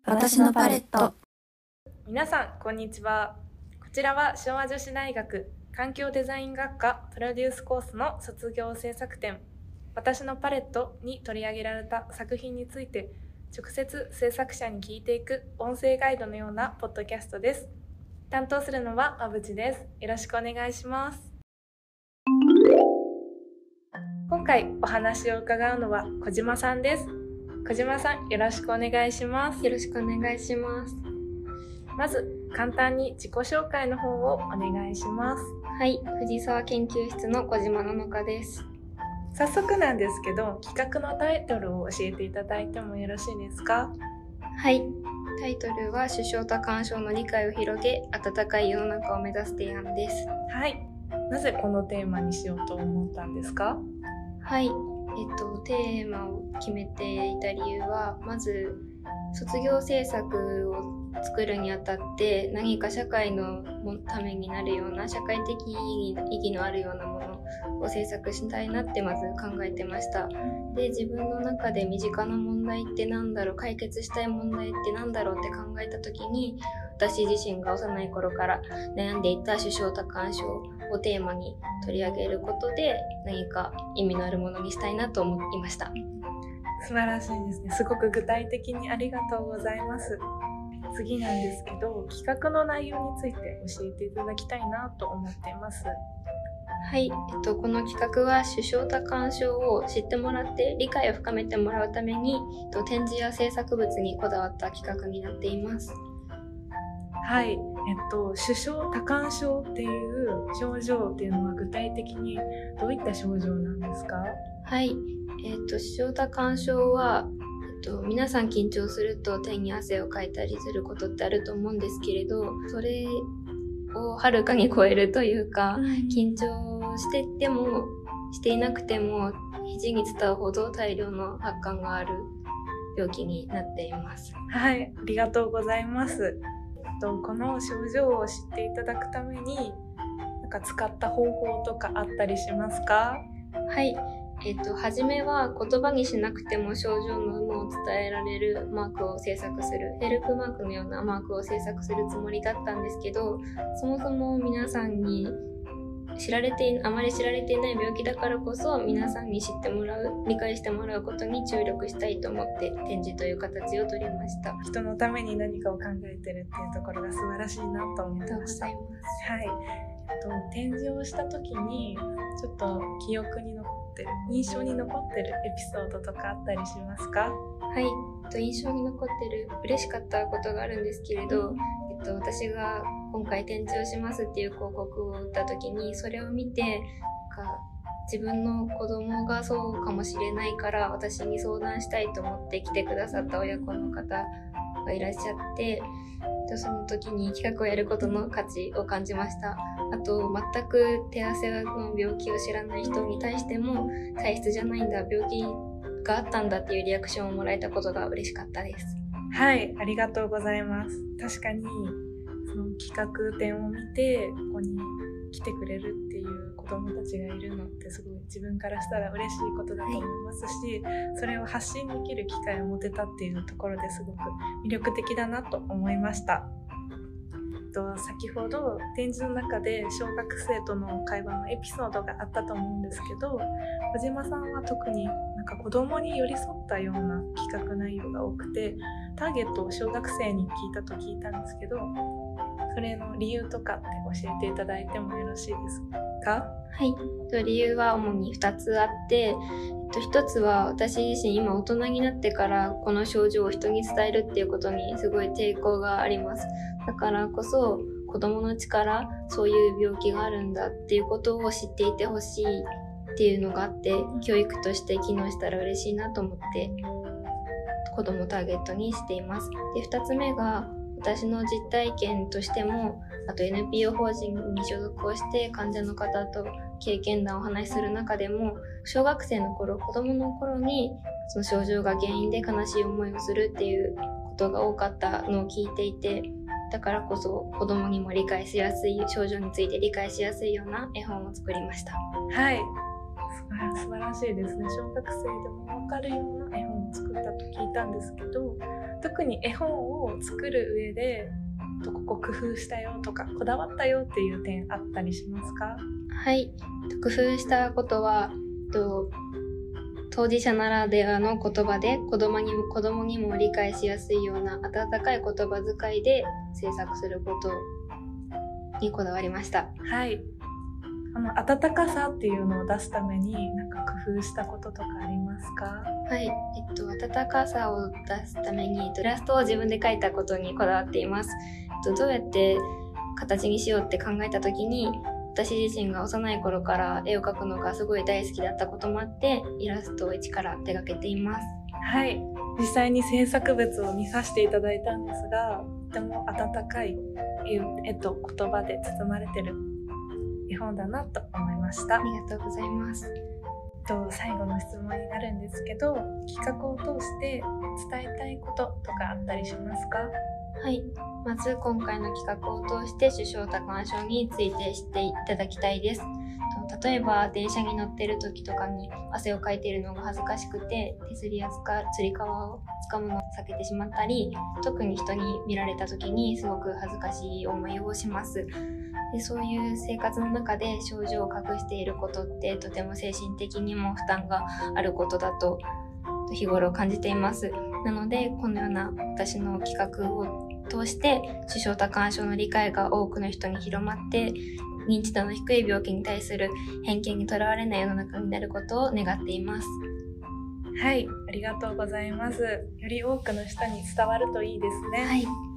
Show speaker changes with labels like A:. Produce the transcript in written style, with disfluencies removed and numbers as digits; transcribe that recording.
A: 私のパレット。
B: 皆さんこんにちは。こちらは昭和女子大学環境デザイン学科プロデュースコースの卒業制作展私のパレットに取り上げられた作品について直接制作者に聞いていく音声ガイドのようなポッドキャストです。担当するのは馬淵です。よろしくお願いします。今回お話を伺うのは小島さんです。小島さん、よろしくお願いします。
C: よろしくお願いします。
B: まず簡単に自己紹介の方をお願いします。
C: はい、藤沢研究室の小島ののかです。
B: 早速なんですけど、企画のタイトルを教えていただいてもよろしいですか？
C: はい、タイトルは首相多干渉の理解を広げ、温かい世の中を目指す提案です。
B: はい、なぜこのテーマにしようと思ったんですか？
C: はい、テーマを決めていた理由は、まず卒業制作を作るにあたって何か社会のためになるような社会的意義のあるようなものを制作したいなってまず考えてました。で、自分の中で身近な問題ってなんだろう、解決したい問題ってなんだろうって考えた時に、私自身が幼い頃から悩んでいた首相多干渉をテーマに取り上げることで何か意味のあるものにしたいなと思いました。
B: 素晴らしいですね。すごく具体的にありがとうございます。次なんですけど、企画の内容について教えていただきたいなと思っています。
C: はい、この企画は首相多干渉を知ってもらって理解を深めてもらうために展示や制作物にこだわった企画になっています。
B: はい、首相多干渉っていう症状っていうのは具体的にどういった症状なんですか？
C: はい、首相多干渉は皆さん緊張すると手に汗をかいたりすることってあると思うんですけれど、それをはるかに超えるというか、緊張しててもしていなくても肘に伝うほど大量の発汗がある病気になっています。
B: はい、ありがとうございます。この症状を知っていただくために使った方法とかあったりしますか？
C: はい、初めは言葉にしなくても症状の有無を伝えられるマークを制作する、ヘルプマークのようなマークを制作するつもりだったんですけど、そもそも皆さんにあまり知られていない病気だからこそ皆さんに知ってもらう、理解してもらうことに注力したいと思って展示という形を取りました。
B: 人のために何かを考えてるっていうところが素晴らしいなと思いました。はい、展示をした時にちょっと記憶に残ってる、印象に残ってるエピソードとかあったりしますか？
C: はい、印象に残ってる嬉しかったことがあるんですけれど、私が今回展示をしますっていう広告を打った時に、それを見て自分の子供がそうかもしれないから私に相談したいと思って来てくださった親子の方がいらっしゃって、その時に企画をやることの価値を感じました。あと、全く手汗の病気を知らない人に対しても体質じゃないんだ、病気があったんだっていうリアクションをもらえたことが嬉しかったです。
B: はい、ありがとうございます。確かにその企画展を見てここに来てくれるっていう子どもたちがいるのってすごい自分からしたら嬉しいことだと思いますし、それを発信できる機会を持てたっていうところですごく魅力的だなと思いました。先ほど展示の中で小学生との会話のエピソードがあったと思うんですけど、小島さんは特に子供に寄り添ったような企画内容が多くて、ターゲットを小学生に聞いたと聞いたんですけど、それの理由とかって教えていただいてもよろしいですか？
C: はい、理由は主に2つあって、1つは私自身今大人になってからこの症状を人に伝えるっていうことにすごい抵抗があります。だからこそ子供のうちからそういう病気があるんだっていうことを知っていてほしいっていうのがあって、教育として機能したら嬉しいなと思って子供をターゲットにしています。で、2つ目が私の実体験としても、あと NPO 法人に所属をして患者の方と経験談をお話しする中でも、小学生の頃、子供の頃にその症状が原因で悲しい思いをするっていうことが多かったのを聞いていて、だからこそ子供にも理解しやすい、症状について理解しやすいような絵本を作りました。
B: はい、素晴素晴らしいですね。小学生でも分かるような絵本を作ったと聞いたんですけど、特に絵本を作る上でここ工夫したよとかこだわったよっていう点あったりしますか？
C: はい、工夫したことは当事者ならではの言葉で子供にも理解しやすいような温かい言葉遣いで制作することにこだわりました。
B: はい、温かさっていうのを出すために工夫したこととかありますか？
C: はい、温かさを出すためにイラストを自分で描いたことにこだわっています。どうやって形にしようって考えた時に、私自身が幼い頃から絵を描くのがすごい大好きだったこともあって、イラストを一から手がけています。
B: はい、実際に制作物を見させていただいたんですが、とても温かい絵と言葉で包まれてる絵本だなと思いました。
C: ありがとうございます。
B: 最後の質問になるんですけど、企画を通して伝えたいこととかあったりしますか？
C: はい、まず今回の企画を通して受賞多感症について知っていただきたいです。例えば電車に乗っている時とかに汗をかいているのが恥ずかしくて手すりやつり革をつかむのを避けてしまったり、特に人に見られた時にすごく恥ずかしい思いをします。で、そういう生活の中で症状を隠していることってとても精神的にも負担があることだと日頃感じています。なのでこのような私の企画を通して受賞多感症の理解が多くの人に広まって、認知度の低い病気に対する偏見にとらわれない世の中になることを願っています。
B: はい、ありがとうございます。より多くの人に伝わるといいですね。
C: はい。